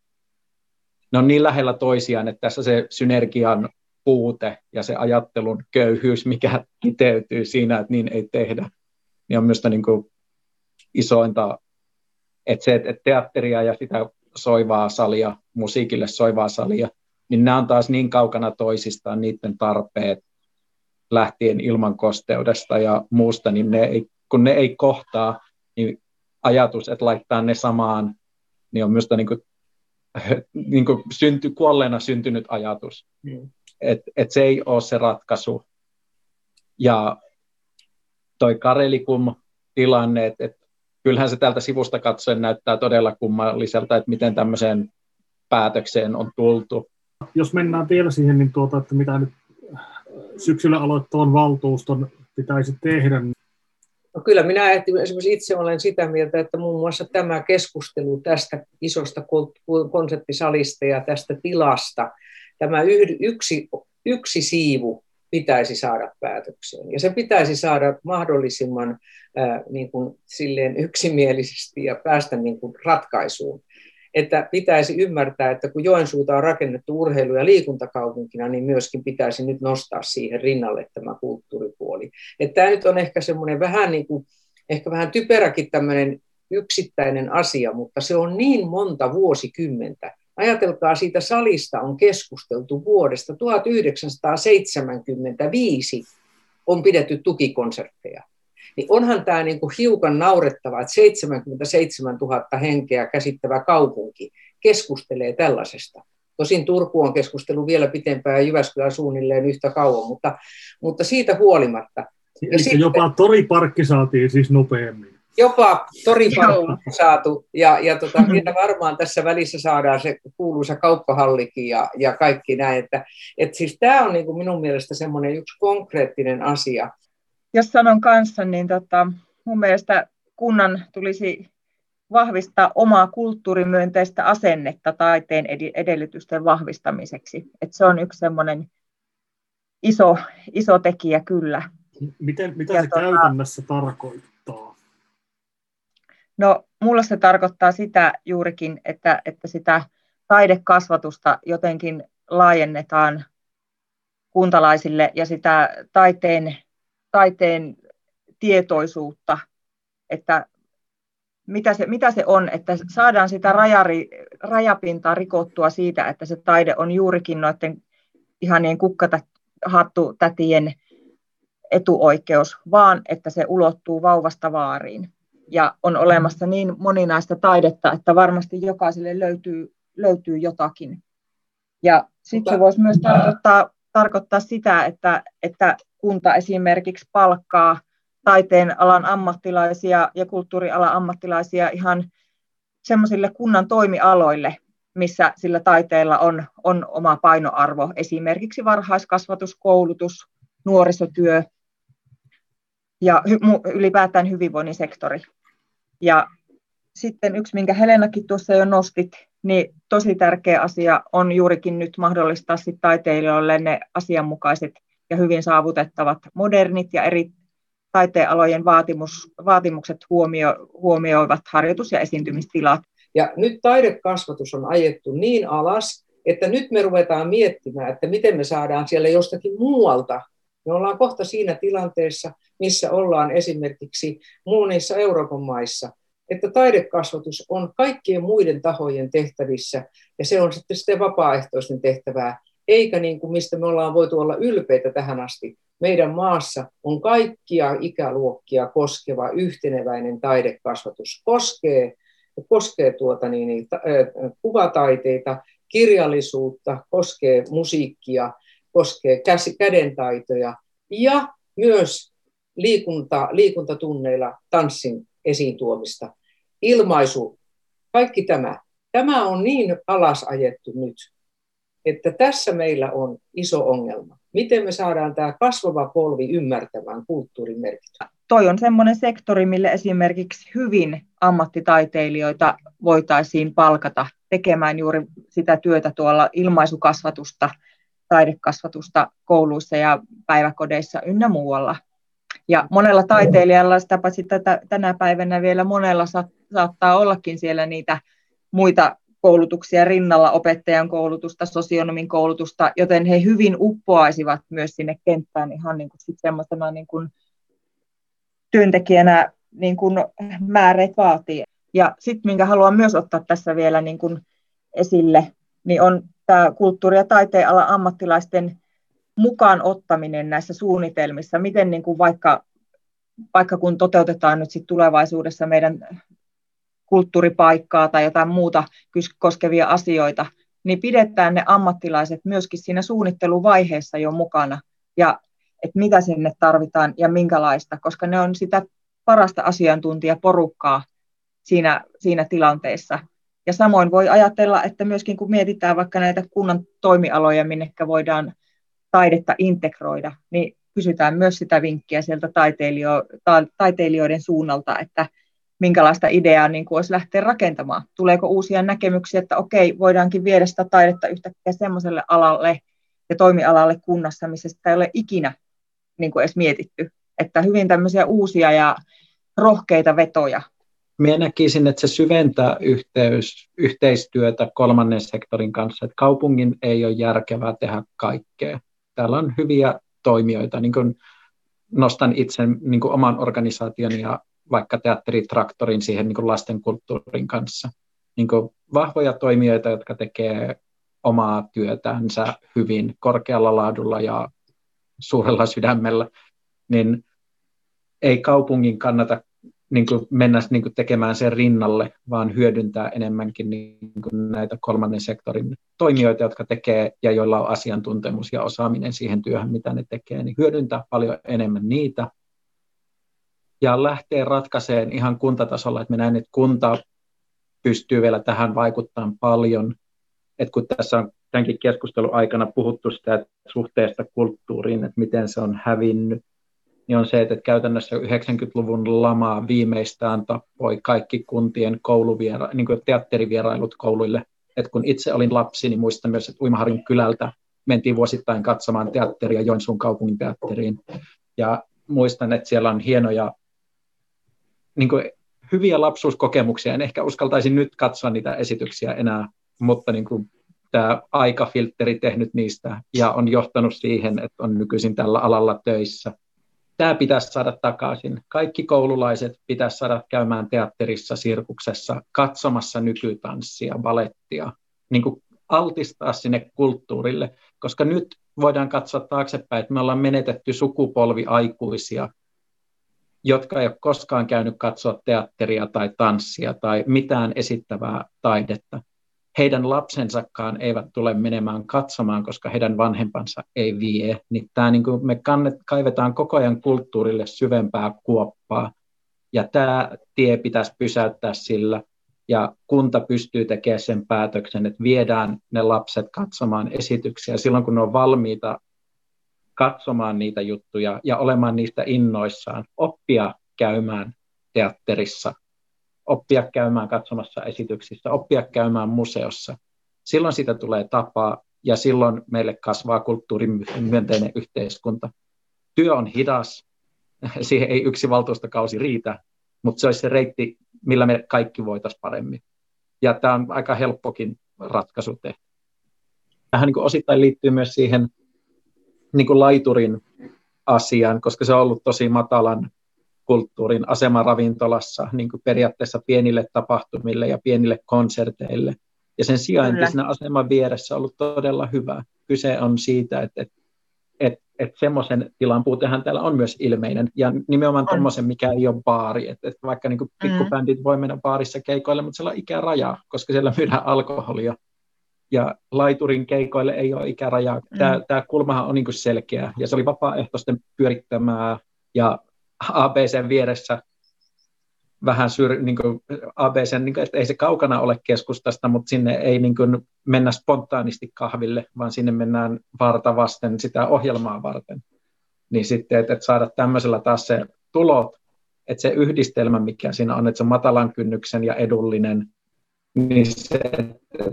Speaker 1: ne on niin lähellä toisiaan, että tässä se synergian puute ja se ajattelun köyhyys, mikä kiteytyy siinä, että niin ei tehdä, niin on myös niin kuin isointa, että se, että teatteria ja sitä soivaa salia, musiikille soivaa salia, niin nämä on taas niin kaukana toisistaan, niiden tarpeet lähtien ilman kosteudesta ja muusta, niin ne ei, kun ne ei kohtaa, niin ajatus, että laittaa ne samaan, niin on myös niin kuin, niin kuin synty, kuolleena syntynyt ajatus. Mm. Että et se ei ole se ratkaisu. Ja toi Karelikum-tilanne, että et, kyllähän se täältä sivusta katsoen näyttää todella kummalliselta, että miten tämmöiseen päätökseen on tultu.
Speaker 2: Jos mennään vielä siihen, niin tuota, että mitä nyt syksyllä aloittavan valtuuston pitäisi tehdä.
Speaker 5: No kyllä minä esimerkiksi itse olen sitä mieltä, että muun muassa tämä keskustelu tästä isosta konseptisalista ja tästä tilasta, tämä yksi, yksi siivu pitäisi saada päätökseen. Ja se pitäisi saada mahdollisimman ää, niin kuin, silleen yksimielisesti ja päästä niin kuin ratkaisuun. Että pitäisi ymmärtää, että kun Joensuuta on rakennettu urheilu- ja liikuntakaupunkina, niin myöskin pitäisi nyt nostaa siihen rinnalle tämä kulttuuripuoli. Että tämä nyt on ehkä semmoinen vähän, niin kuin, ehkä vähän typeräkin tämmöinen yksittäinen asia, mutta se on niin monta vuosikymmentä. Ajatelkaa, siitä salista on keskusteltu vuodesta tuhatyhdeksänsataaseitsemänkymmentäviisi on pidetty tukikonsertteja. Niin onhan tämä niinku hiukan naurettava, että seitsemänkymmentäseitsemäntuhatta henkeä käsittävä kaupunki keskustelee tällaisesta. Tosin Turku on keskustelu vielä pitempään ja Jyväskylä suunnilleen yhtä kauan, mutta, mutta siitä huolimatta.
Speaker 2: Eli sitten, jopa toriparkki saatiin siis nopeammin.
Speaker 5: Jopa toriparkki saatu, ja, ja tota, vielä varmaan tässä välissä saadaan se kuuluisa kauppahallikin ja, ja kaikki näin. Että, et siis tämä on niin kuin minun mielestä semmoinen yksi konkreettinen asia.
Speaker 4: Jos sanon kanssa, niin tota, mun mielestä kunnan tulisi vahvistaa omaa kulttuurimyönteistä asennetta taiteen edellytysten vahvistamiseksi. Et se on yksi semmoinen iso, iso tekijä kyllä.
Speaker 2: Miten, mitä
Speaker 4: ja
Speaker 2: se
Speaker 4: tota,
Speaker 2: käytännössä tarkoittaa?
Speaker 4: No, mulle se tarkoittaa sitä juurikin, että, että sitä taidekasvatusta jotenkin laajennetaan kuntalaisille ja sitä taiteen, taiteen tietoisuutta, että mitä se, mitä se on, että saadaan sitä rajari, rajapintaa rikottua siitä, että se taide on juurikin noiden ihanien kukkahattutätien etuoikeus, vaan että se ulottuu vauvasta vaariin. Ja on olemassa niin moninaista taidetta, että varmasti jokaiselle löytyy, löytyy jotakin. Ja sitten se voisi myös tarkoittaa, tarkoittaa sitä, että, että kunta esimerkiksi palkkaa taiteen alan ammattilaisia ja kulttuurialan ammattilaisia ihan semmoisille kunnan toimialoille, missä sillä taiteella on, on oma painoarvo. Esimerkiksi varhaiskasvatus, koulutus, nuorisotyö ja hy- ylipäätään hyvinvoinnin sektori. Ja sitten yksi, minkä Helenakin tuossa jo nostit, niin tosi tärkeä asia on juurikin nyt mahdollistaa sit taiteilijoille ne asianmukaiset ja hyvin saavutettavat modernit ja eri taiteenalojen vaatimus, vaatimukset huomio, huomioivat harjoitus- ja esiintymistilat.
Speaker 5: Ja nyt taidekasvatus on ajettu niin alas, että nyt me ruvetaan miettimään, että miten me saadaan siellä jostakin muualta. Me ollaan kohta siinä tilanteessa, missä ollaan esimerkiksi monissa Euroopan maissa, että taidekasvatus on kaikkien muiden tahojen tehtävissä ja se on sitten sitten vapaaehtoisten tehtävää, eikä niin kuin mistä me ollaan voitu olla ylpeitä tähän asti. Meidän maassa on kaikkia ikäluokkia koskeva yhteneväinen taidekasvatus. Koskee, koskee tuota niin, niin, kuvataiteita, kirjallisuutta, koskee musiikkia, koskee käsi, kädentaitoja ja myös liikunta, liikuntatunneilla tanssin esiin tuomista. Ilmaisu, kaikki tämä. Tämä on niin alas ajettu nyt, että tässä meillä on iso ongelma. Miten me saadaan tämä kasvava polvi ymmärtämään kulttuurin merkitystä?
Speaker 4: Toi on semmoinen sektori, mille esimerkiksi hyvin ammattitaiteilijoita voitaisiin palkata tekemään juuri sitä työtä tuolla ilmaisukasvatusta, taidekasvatusta kouluissa ja päiväkodeissa ynnä muualla. Ja monella taiteilijalla, sitä paitsi tätä, tänä päivänä vielä monella sa- saattaa ollakin siellä niitä muita koulutuksia rinnalla, opettajan koulutusta, sosionomin koulutusta, joten he hyvin uppoaisivat myös sinne kenttään ihan niin kuin sit semmoisena niin kuin työntekijänä niin kuin määreet vaatii. Ja sitten minkä haluan myös ottaa tässä vielä niin kuin esille, niin on tämä kulttuuri- ja taiteenalan ammattilaisten mukaan ottaminen näissä suunnitelmissa, miten niin kuin vaikka, vaikka kun toteutetaan nyt sit tulevaisuudessa meidän kulttuuripaikkaa tai jotain muuta koskevia asioita, niin pidetään ne ammattilaiset myöskin siinä suunnitteluvaiheessa jo mukana, ja että mitä sinne tarvitaan ja minkälaista, koska ne on sitä parasta asiantuntijaporukkaa siinä, siinä tilanteessa. Ja samoin voi ajatella, että myöskin kun mietitään vaikka näitä kunnan toimialoja, minnekä voidaan taidetta integroida, niin kysytään myös sitä vinkkiä sieltä taiteilio- ta- taiteilijoiden suunnalta, että minkälaista ideaa niin kuin olisi lähteä rakentamaan. Tuleeko uusia näkemyksiä, että okei, voidaankin viedä sitä taidetta yhtäkkiä semmoiselle alalle ja toimialalle kunnassa, missä sitä ei ole ikinä niin kuin edes mietitty. Että hyvin tämmöisiä uusia ja rohkeita vetoja.
Speaker 1: Minä näkisin, että se syventää yhteys, yhteistyötä kolmannen sektorin kanssa, että kaupungin ei ole järkevää tehdä kaikkea. Täällä on hyviä toimijoita, niin kuin nostan itse niin kuin oman organisaation ja vaikka teatteritraktorin siihen niin kuin lastenkulttuurin kanssa. Niin kuin vahvoja toimijoita, jotka tekee omaa työtänsä hyvin korkealla laadulla ja suurella sydämellä, niin ei kaupungin kannata niin kuin mennä niin kuin tekemään sen rinnalle, vaan hyödyntää enemmänkin niin kuin näitä kolmannen sektorin toimijoita, jotka tekee ja joilla on asiantuntemus ja osaaminen siihen työhön, mitä ne tekee, niin hyödyntää paljon enemmän niitä. Ja lähtee ratkaisemaan ihan kuntatasolla, että me näen, että kunta pystyy vielä tähän vaikuttamaan paljon. Että kun tässä on tämänkin keskustelun aikana puhuttu sitä suhteesta kulttuuriin, että miten se on hävinnyt, niin on se, että käytännössä yhdeksänkymmentäluvun lama viimeistään tappoi kaikki kuntien kouluviera- niin kuin teatterivierailut kouluille. Et kun itse olin lapsi, niin muistan myös, että Uimaharjun kylältä mentiin vuosittain katsomaan teatteria Joensuun kaupungin teatteriin. Ja muistan, että siellä on hienoja, niin kuin hyviä lapsuuskokemuksia. En ehkä uskaltaisi nyt katsoa niitä esityksiä enää, mutta niin kuin tämä aikafiltteri tehnyt niistä ja on johtanut siihen, että on nykyisin tällä alalla töissä. Tämä pitäisi saada takaisin. Kaikki koululaiset pitäisi saada käymään teatterissa, sirkuksessa, katsomassa nykytanssia, balettia, niin kuin altistaa sinne kulttuurille, koska nyt voidaan katsoa taaksepäin, että me ollaan menetetty sukupolvi aikuisia, jotka ei ole koskaan käynyt katsoa teatteria tai tanssia tai mitään esittävää taidetta. Heidän lapsensakaan eivät tule menemään katsomaan, koska heidän vanhempansa ei vie. Niin tämä, niin kuin me kannet, kaivetaan koko ajan kulttuurille syvempää kuoppaa, ja tämä tie pitäisi pysäyttää sillä, ja kunta pystyy tekemään sen päätöksen, että viedään ne lapset katsomaan esityksiä silloin, kun ne on valmiita katsomaan niitä juttuja ja olemaan niistä innoissaan, oppia käymään teatterissa, oppia käymään katsomassa esityksissä, oppia käymään museossa. Silloin siitä tulee tapa ja silloin meille kasvaa kulttuurimyönteinen yhteiskunta. Työ on hidas, siihen ei yksi valtuustokausi riitä, mutta se olisi se reitti, millä me kaikki voitaisiin paremmin. Ja tämä on aika helppokin ratkaisu tehdä. Tähän niin kuin osittain liittyy myös siihen niin kuin laiturin asiaan, koska se on ollut tosi matalan kulttuurin asema ravintolassa niin kuin periaatteessa pienille tapahtumille ja pienille konserteille. Ja sen sijainti siinä aseman vieressä on ollut todella hyvä. Kyse on siitä, että, että, että, että semmoisen tilan puutehan täällä on myös ilmeinen. Ja nimenomaan tuommoisen, mikä ei ole baari. Että, että vaikka niin kuin pikkubändit voi mennä baarissa keikoille, mutta siellä on ikäraja, koska siellä myydään alkoholia. Ja laiturin keikoille ei ole ikärajaa. Tämä, mm. tämä kulmahan on niin kuin selkeä. Ja se oli vapaaehtoisten pyörittämää. Ja A B C:n vieressä vähän syr, niin kuin A B C, niin kuin, että ei se kaukana ole keskustasta, mutta sinne ei niin kuin mennä spontaanisti kahville, vaan sinne mennään varta vasten sitä ohjelmaa varten. Niin sitten, että, että saada tämmöisellä taas se tulot, että se yhdistelmä, mikä siinä on, että se on matalan kynnyksen ja edullinen, niin se, että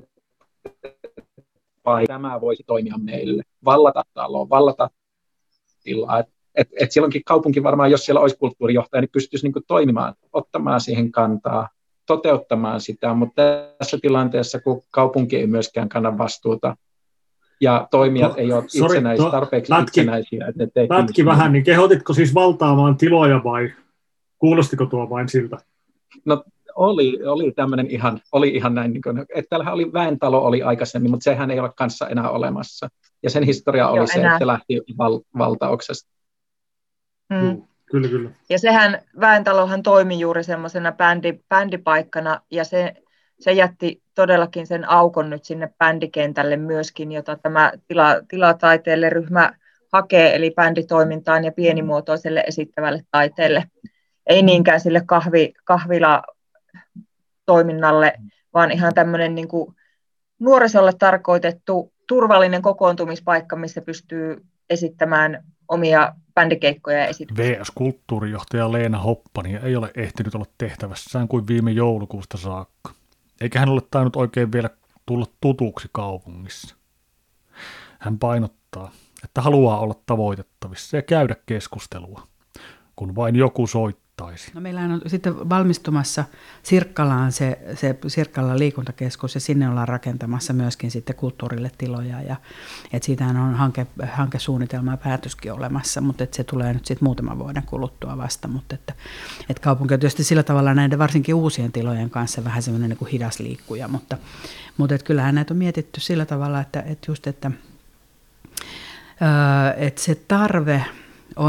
Speaker 1: vai tämä voisi toimia meille. Vallata taloa, vallata tilaa. Et, et silloinkin kaupunki varmaan, jos siellä olisi kulttuurijohtaja, niin pystyisi niinku toimimaan, ottamaan siihen kantaa, toteuttamaan sitä, mutta tässä tilanteessa, kun kaupunki ei myöskään kanna vastuuta ja toimijat no, ei ole sorry, itsenäisiä, tarpeeksi no, pätki, itsenäisiä. Että et
Speaker 2: pätki vähän, niin kehotitko siis valtaamaan tiloja vai kuulostiko tuo vain siltä?
Speaker 1: No oli, oli tämmöinen ihan, oli ihan näin, niin kuin, että täällähän oli Väentalo oli aikaisemmin, mutta sehän ei ole kanssa enää olemassa. Ja sen historia oli se, enää. Että se lähti val, valtauksesta.
Speaker 4: Mm.
Speaker 2: Kyllä, kyllä.
Speaker 4: Ja sehän, Väentalohan toimi juuri semmoisena bändi, bändipaikkana, ja se, se jätti todellakin sen aukon nyt sinne bändikentälle myöskin, jota tämä tila, tilataiteelle ryhmä hakee, eli bänditoimintaan ja pienimuotoiselle esittävälle taiteelle. Ei niinkään sille kahvi, kahvilatoiminnalle, vaan ihan tämmöinen niin kuin nuorisolle tarkoitettu turvallinen kokoontumispaikka, missä pystyy esittämään omia bändikeikkoja ja esityksiä.
Speaker 2: V S-kulttuurijohtaja Leena Hoppani ei ole ehtinyt olla tehtävässään kuin viime joulukuusta saakka. Eikä hän ole tainnut oikein vielä tulla tutuksi kaupungissa. Hän painottaa, että haluaa olla tavoitettavissa ja käydä keskustelua, kun vain joku soittaa.
Speaker 6: No meillähän on sitten valmistumassa Sirkkalaan se, se Sirkkalan liikuntakeskus, ja sinne ollaan rakentamassa myöskin sitten kulttuurille tiloja, ja että siitähän on hanke, hankesuunnitelma ja päätöskin olemassa, mutta että se tulee nyt sitten muutaman vuoden kuluttua vasta, mutta että, että kaupunki on tietysti sillä tavalla näiden varsinkin uusien tilojen kanssa vähän semmoinen niin kuin hidas liikkuja, mutta, mutta että kyllähän näitä on mietitty sillä tavalla, että, että just, että, että se tarve on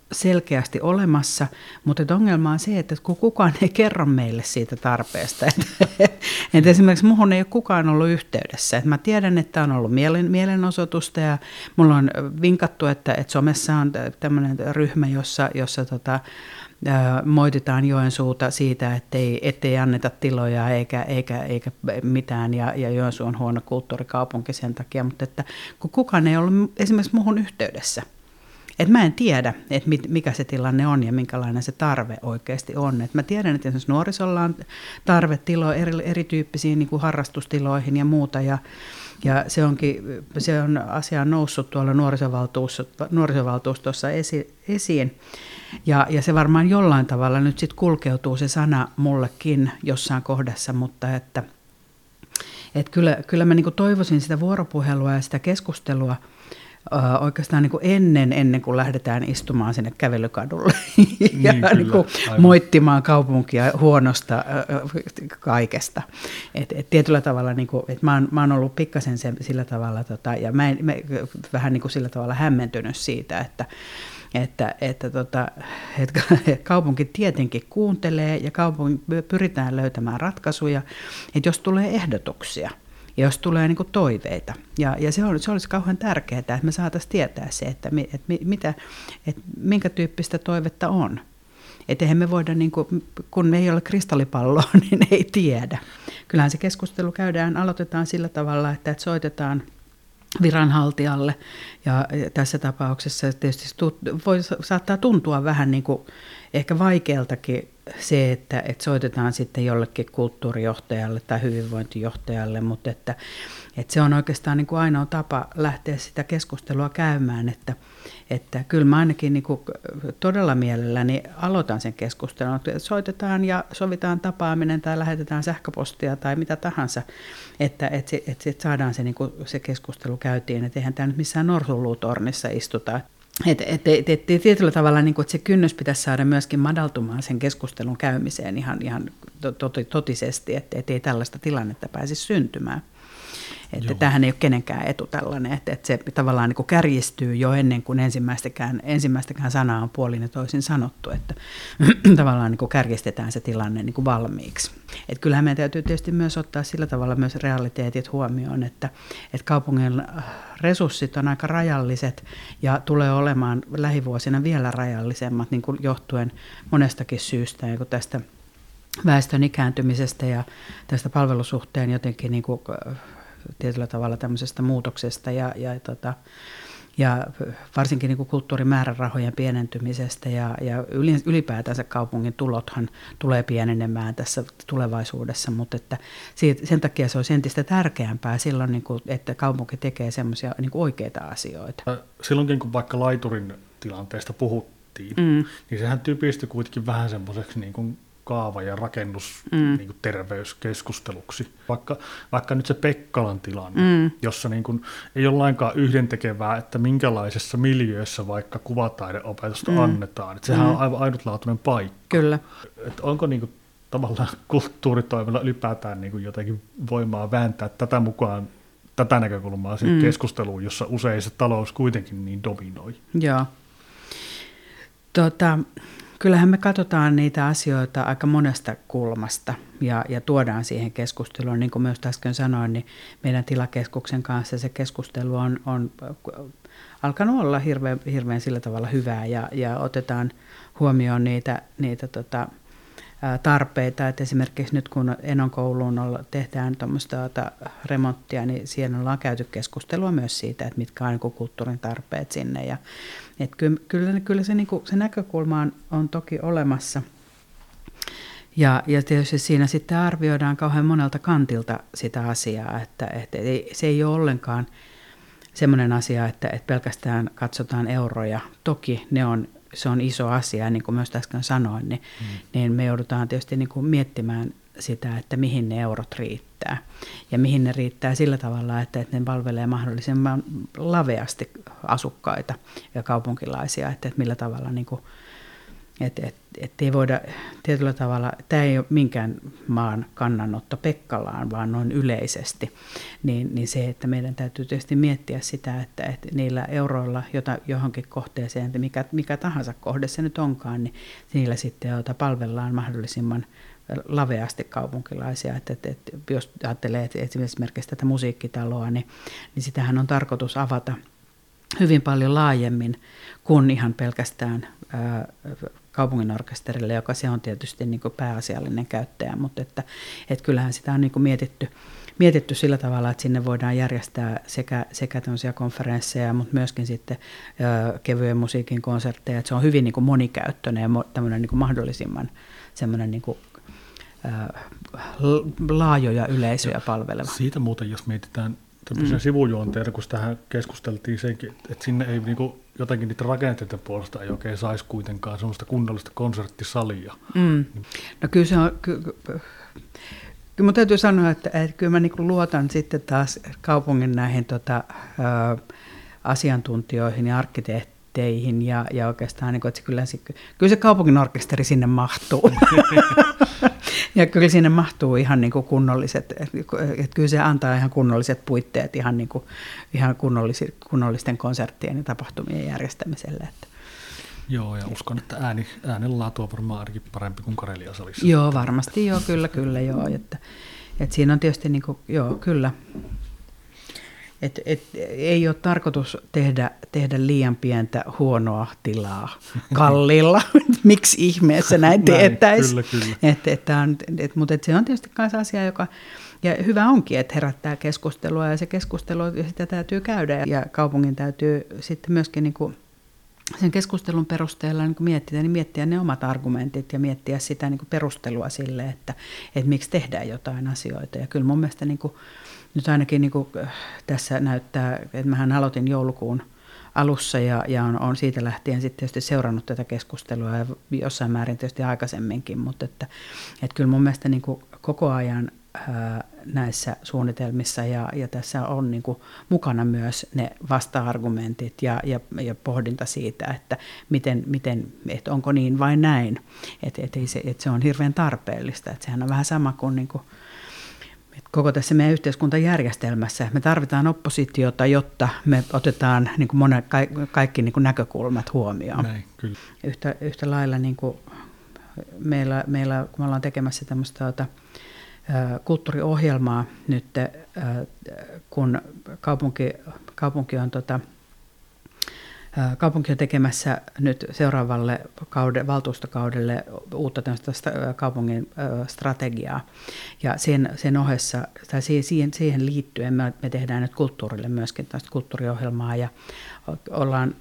Speaker 6: selkeästi olemassa, mutta ongelma on se, että kun kukaan ei kerro meille siitä tarpeesta. Että esimerkiksi muhun ei ole kukaan ollut yhteydessä. Että mä tiedän, että on ollut mielen, mielenosoitusta ja mulla on vinkattu, että, että somessa on tämmöinen ryhmä, jossa, jossa tota, moititaan Joensuuta siitä, ettei, ettei anneta tiloja eikä, eikä, eikä mitään, ja, ja Joensuu on huono kulttuurikaupunki sen takia, mutta että kun kukaan ei ollut esimerkiksi muhun yhteydessä. Et mä en tiedä, että mikä se tilanne on ja minkälainen se tarve oikeasti on. Et mä tiedän, että esimerkiksi nuorisolla on tarve tilo, eri, erityyppisiin niin kuin harrastustiloihin ja muuta, ja, ja se, onkin, se on asia noussut tuolla nuorisovaltuustossa esi, esiin. Ja, ja se varmaan jollain tavalla nyt sitten kulkeutuu se sana mullekin jossain kohdassa, mutta että, että kyllä, kyllä mä niin kuin toivoisin sitä vuoropuhelua ja sitä keskustelua Uh, oikeastaan niin kuin ennen, ennen kuin lähdetään istumaan sinne kävelykadulle ja niin, niin kuin moittimaan kaupunkia huonosta uh, kaikesta. Et, et tietyllä tavalla, niin kuin, et mä, oon, mä oon ollut pikkasen sen, sillä tavalla, tota, ja mä, en, mä vähän niin kuin sillä tavalla hämmentynyt siitä, että, että, että, tota, että kaupunki tietenkin kuuntelee ja kaupunki pyritään löytämään ratkaisuja, että jos tulee ehdotuksia, ja jos tulee niin kuin toiveita. Ja, ja se, on, se olisi kauhean tärkeää, että me saataisiin tietää se, että, mi, että, mitä, että minkä tyyppistä toivetta on. Että eihän me voida, niin kuin, kun me ei ole kristallipalloa, niin ei tiedä. Kyllähän se keskustelu käydään, aloitetaan sillä tavalla, että, että soitetaan viranhaltijalle. Ja tässä tapauksessa tietysti voi, saattaa tuntua vähän niin kuin ehkä vaikealtakin se, että, että soitetaan sitten jollekin kulttuurijohtajalle tai hyvinvointijohtajalle, mutta että, että se on oikeastaan niin kuin ainoa tapa lähteä sitä keskustelua käymään, että, että kyllä mä ainakin niin kuin todella mielelläni aloitan sen keskustelun, että soitetaan ja sovitaan tapaaminen tai lähetetään sähköpostia tai mitä tahansa, että, että, että, että saadaan se, niin kuin se keskustelu käytiin, että eihän tämä nyt missään norsunluutornissa istuta. Että et, et, et, et, tietyllä tavalla niin kuin, että se kynnys pitäisi saada myöskin madaltumaan sen keskustelun käymiseen ihan, ihan totisesti, että et ei tällaista tilannetta pääsisi syntymään. Että tämähän ei ole kenenkään etu tällainen, että, että se tavallaan niin kuin kärjistyy jo ennen kuin ensimmäistäkään, ensimmäistäkään sanaa on puolin ja toisin sanottu, että tavallaan niin kuin kärjistetään se tilanne niin kuin valmiiksi. Että kyllähän meidän täytyy tietysti myös ottaa sillä tavalla myös realiteetit huomioon, että, että kaupungin resurssit on aika rajalliset ja tulee olemaan lähivuosina vielä rajallisemmat niin kuin johtuen monestakin syystä, niin kuin tästä väestön ikääntymisestä ja tästä palvelusuhteen jotenkin niin kuin tietyllä tavalla tämmöisestä muutoksesta ja, ja, tota, ja varsinkin niin kuin kulttuurimäärärahojen pienentymisestä ja, ja ylipäätänsä kaupungin tulothan tulee pienenemään tässä tulevaisuudessa, mutta että siitä, sen takia se olisi entistä tärkeämpää silloin, niin kuin, että kaupunki tekee semmoisia niin kuin oikeita asioita.
Speaker 2: Silloinkin kun vaikka laiturin tilanteesta puhuttiin, mm. niin sehän typistyi kuitenkin vähän semmoiseksi niin kuin kaava- ja rakennusterveyskeskusteluksi. Mm. Vaikka, vaikka nyt se Pekkalan tilanne, mm. jossa niin kuin ei ole lainkaan yhdentekevää, että minkälaisessa miljöössä vaikka kuvataideopetusta mm. annetaan. Että sehän mm. on aivan ainutlaatuinen paikka.
Speaker 6: Kyllä.
Speaker 2: Että onko niin kuin tavallaan kulttuuritoimilla ylipäätään niin kuin jotenkin voimaa vääntää tätä mukaan, tätä näkökulmaa siihen mm. keskusteluun, jossa usein se talous kuitenkin niin dominoi?
Speaker 6: Joo. Tota... Kyllähän me katsotaan niitä asioita aika monesta kulmasta ja, ja tuodaan siihen keskusteluun. Niin kuin myös äsken sanoin, niin meidän tilakeskuksen kanssa se keskustelu on, on alkanut olla hirveän, hirveän sillä tavalla hyvää ja, ja otetaan huomioon niitä, niitä tota, tarpeita. Et esimerkiksi nyt kun Enon kouluun olla, tehdään tuommoista remonttia, niin siellä ollaan käyty keskustelua myös siitä, että mitkä on niin kuin kulttuurin tarpeet sinne. Ja, et kyllä, kyllä, kyllä se, niin kuin, se näkökulma on, on toki olemassa. Ja, ja tietysti siinä sitten arvioidaan kauhean monelta kantilta sitä asiaa, että, että ei, se ei ole ollenkaan semmoinen asia, että, että pelkästään katsotaan euroja. Toki ne on, se on iso asia, niin kuin myös äsken sanoin, niin, mm. niin me joudutaan tietysti niin kuin miettimään sitä, että mihin ne eurot riittää. Ja mihin ne riittää sillä tavalla, että, että ne palvelee mahdollisimman laveasti asukkaita ja kaupunkilaisia, että, että millä tavalla niin kuin Että et, et ei voida tietyllä tavalla, tämä ei ole minkään maan kannanotto Pekkalaan, vaan noin yleisesti, niin, niin se, että meidän täytyy tietysti miettiä sitä, että, että niillä euroilla jota, johonkin kohteeseen, että mikä, mikä tahansa kohde se nyt onkaan, niin niillä sitten jota palvellaan mahdollisimman laveasti kaupunkilaisia. Että, että, että jos ajattelee että esimerkiksi tätä musiikkitaloa, niin, niin sitähän on tarkoitus avata hyvin paljon laajemmin kuin ihan pelkästään ää, kaupunginorkesterille, joka se on tietysti niin kuin pääasiallinen käyttäjä, mutta että, että kyllähän sitä on niin kuin mietitty, mietitty sillä tavalla, että sinne voidaan järjestää sekä, sekä tämmöisiä konferensseja, mutta myöskin sitten ää, kevyen musiikin konsertteja, että se on hyvin niin kuin monikäyttöinen ja tämmöinen niin kuin mahdollisimman semmoinen niin kuin, ää, laajoja yleisöjä palveleva.
Speaker 2: Siitä muuten, jos mietitään tämmöisen mm. sivujuonteena, kun tähän keskusteltiin senkin, että sinne ei niinku, jotenkin niitä rakenteiden puolesta ei oikein saisi kuitenkaan semmoista kunnollista konserttisalia.
Speaker 6: Mm. No kyllä se on, ky, ky, kyllä minun täytyy sanoa, että, että kyllä mä niinku luotan sitten taas kaupungin näihin tota, ä, asiantuntijoihin ja arkkitehteihin ja, ja oikeastaan, niin kuin, että kyllä, se, kyllä se kaupungin orkesteri sinne mahtuu. Ja kyllä sinne mahtuu ihan niin kuin kunnolliset, että kyllä se antaa ihan kunnolliset puitteet ihan, niin kuin, ihan kunnollisten konserttien ja tapahtumien järjestämiselle. Että.
Speaker 2: Joo, ja uskon, että ääni, äänenlaatu on varmaan ainakin parempi kuin Karelia-salissa.
Speaker 6: Joo, varmasti joo, kyllä, kyllä joo. Että, että siinä on tietysti, niin kuin, joo, kyllä. Et, et, ei ole tarkoitus tehdä, tehdä liian pientä huonoa tilaa kalliilla. Miksi ihmeessä näin teettäisiin? Et, et, et, mutta et se on tietysti myös asia, joka ja hyvä onkin, että herättää keskustelua ja se keskustelu sitä täytyy käydä. Ja kaupungin täytyy sitten myöskin niin kuin sen keskustelun perusteella niin kuin miettiä, niin miettiä ne omat argumentit ja miettiä sitä niin kuin perustelua sille, että, että miksi tehdään jotain asioita. Ja kyllä mun mielestä niin kuin nyt ainakin niin kuin tässä näyttää, että mähän aloitin joulukuun alussa ja, ja on, on siitä lähtien sitten tietysti seurannut tätä keskustelua ja jossain määrin tietysti aikaisemminkin, mutta että, että kyllä mun mielestä niin kuin koko ajan ää, näissä suunnitelmissa ja, ja tässä on niin kuin mukana myös ne vasta-argumentit ja, ja, ja pohdinta siitä, että, miten, miten, että onko niin vai näin, että, että, se, että se on hirveän tarpeellista, että sehän on vähän sama kuin, niin kuin koko tässä meidän yhteiskuntajärjestelmässä. Me tarvitaan oppositiota, jotta me otetaan niin kuin monet, kaikki niin kuin näkökulmat huomioon.
Speaker 2: Näin, kyllä.
Speaker 6: Yhtä, yhtä lailla niin kuin meillä, meillä, kun me ollaan tekemässä tämmöistä ota, kulttuuriohjelmaa nyt, kun kaupunki, kaupunki on tota, Kaupunki on tekemässä nyt seuraavalle kaude, valtuustokaudelle uutta kaupungin strategiaa. Ja sen, sen ohessa, tai siihen, siihen liittyen me, me tehdään nyt kulttuurille myöskin tästä kulttuuriohjelmaa ja ollaan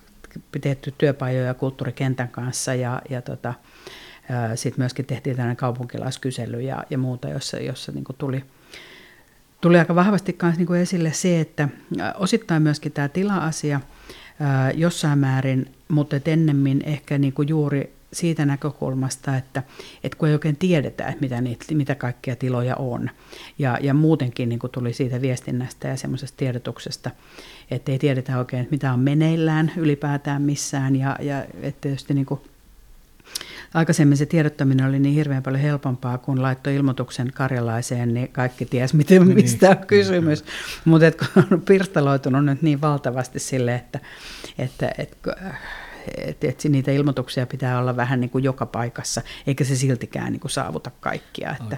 Speaker 6: tehty työpajoja kulttuurikentän kanssa ja, ja tota, sitten myöskin tehtiin tällainen kaupunkilaiskysely ja, ja muuta, jossa, jossa niin kuin tuli Tuli aika vahvasti myös niin kuin esille se, että osittain myöskin tämä tila-asia ää, jossain määrin, mutta ennemmin ehkä niin kuin juuri siitä näkökulmasta, että, että kun ei oikein tiedetä, että mitä, niitä, mitä kaikkia tiloja on. Ja, ja muutenkin niin kuin tuli siitä viestinnästä ja semmoisesta tiedotuksesta, että ei tiedetä oikein, että mitä on meneillään ylipäätään missään. Ja, ja että tietysti niin kuin aikaisemmin se tiedottaminen oli niin hirveän paljon helpompaa, kun laittoi ilmoituksen karjalaiseen, niin kaikki tiesi, miten, niin, mistä on kysymys. Niin, mutta kun on pirstaloitunut nyt niin valtavasti sille, että, että, että, että, että niitä ilmoituksia pitää olla vähän niin kuin joka paikassa, eikä se siltikään niin kuin saavuta kaikkia. Että,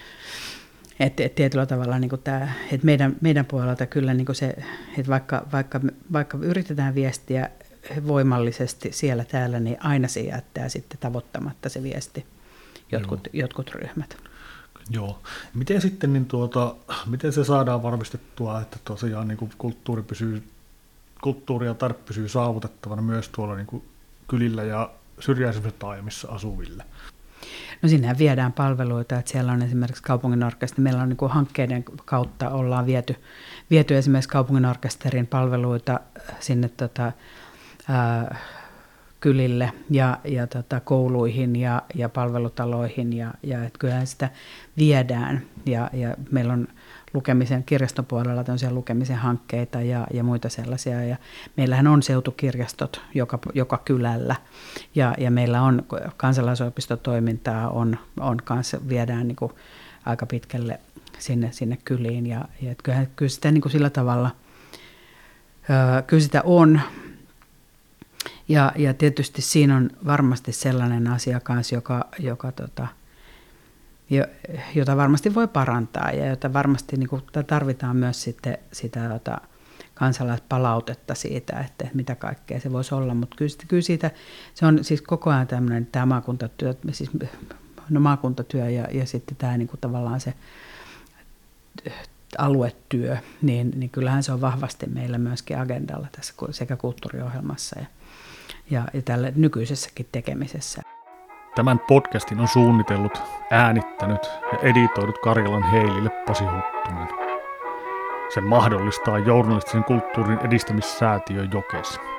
Speaker 6: että, että tietyllä tavalla niin kuin tämä, että meidän, meidän puolelta kyllä niin kuin se, että vaikka, vaikka, vaikka yritetään viestiä voimallisesti siellä täällä, niin aina se jättää sitten tavoittamatta se viesti, jotkut, jotkut ryhmät.
Speaker 2: Joo. Miten sitten niin tuota, miten se saadaan varmistettua, että tosiaan niin kuin kulttuuri pysyy, kulttuuri ja tarve pysyy saavutettavana myös tuolla niin kuin kylillä ja syrjäisimmissa taajamissa asuville?
Speaker 6: No sinnehän viedään palveluita, että siellä on esimerkiksi kaupunginorkesteri, meillä on niin kuin hankkeiden kautta ollaan viety, viety esimerkiksi kaupunginorkesterin palveluita sinne tota, ää, kylille ja, ja tota, kouluihin ja, ja palvelutaloihin ja, ja että kyllähän sitä viedään ja, ja meillä on lukemisen kirjastopuolella tämmöisiä lukemisen hankkeita ja, ja muita sellaisia. Ja meillähän on seutukirjastot joka, joka kylällä ja, ja meillä on kansalaisopistotoimintaa, on, on kanssa, viedään niin kuin aika pitkälle sinne, sinne kyliin ja, ja kyllähän, kyllä sitä niin kuin sillä tavalla, öö, kyllä sitä on. Ja, ja tietysti siinä on varmasti sellainen asia kanssa, joka, joka tota, jota varmasti voi parantaa ja jota varmasti niin kuin, tarvitaan myös sitten sitä jota, kansalaispalautetta siitä, että mitä kaikkea se voisi olla, mutta kyllä, kyllä siitä, se on siis koko ajan tämmöinen tämä maakuntatyö, siis no maakuntatyö ja, ja sitten tämä niin kuin tavallaan se aluetyö, niin, niin kyllähän se on vahvasti meillä myöskin agendalla tässä sekä kulttuuriohjelmassa ja, ja, ja tällä nykyisessäkin tekemisessä.
Speaker 2: Tämän podcastin on suunnitellut, äänittänyt ja editoidut Karjalan Heilille Pasi Huttunen. Se mahdollistaa journalistisen kulttuurin edistämissäätiö Jokes.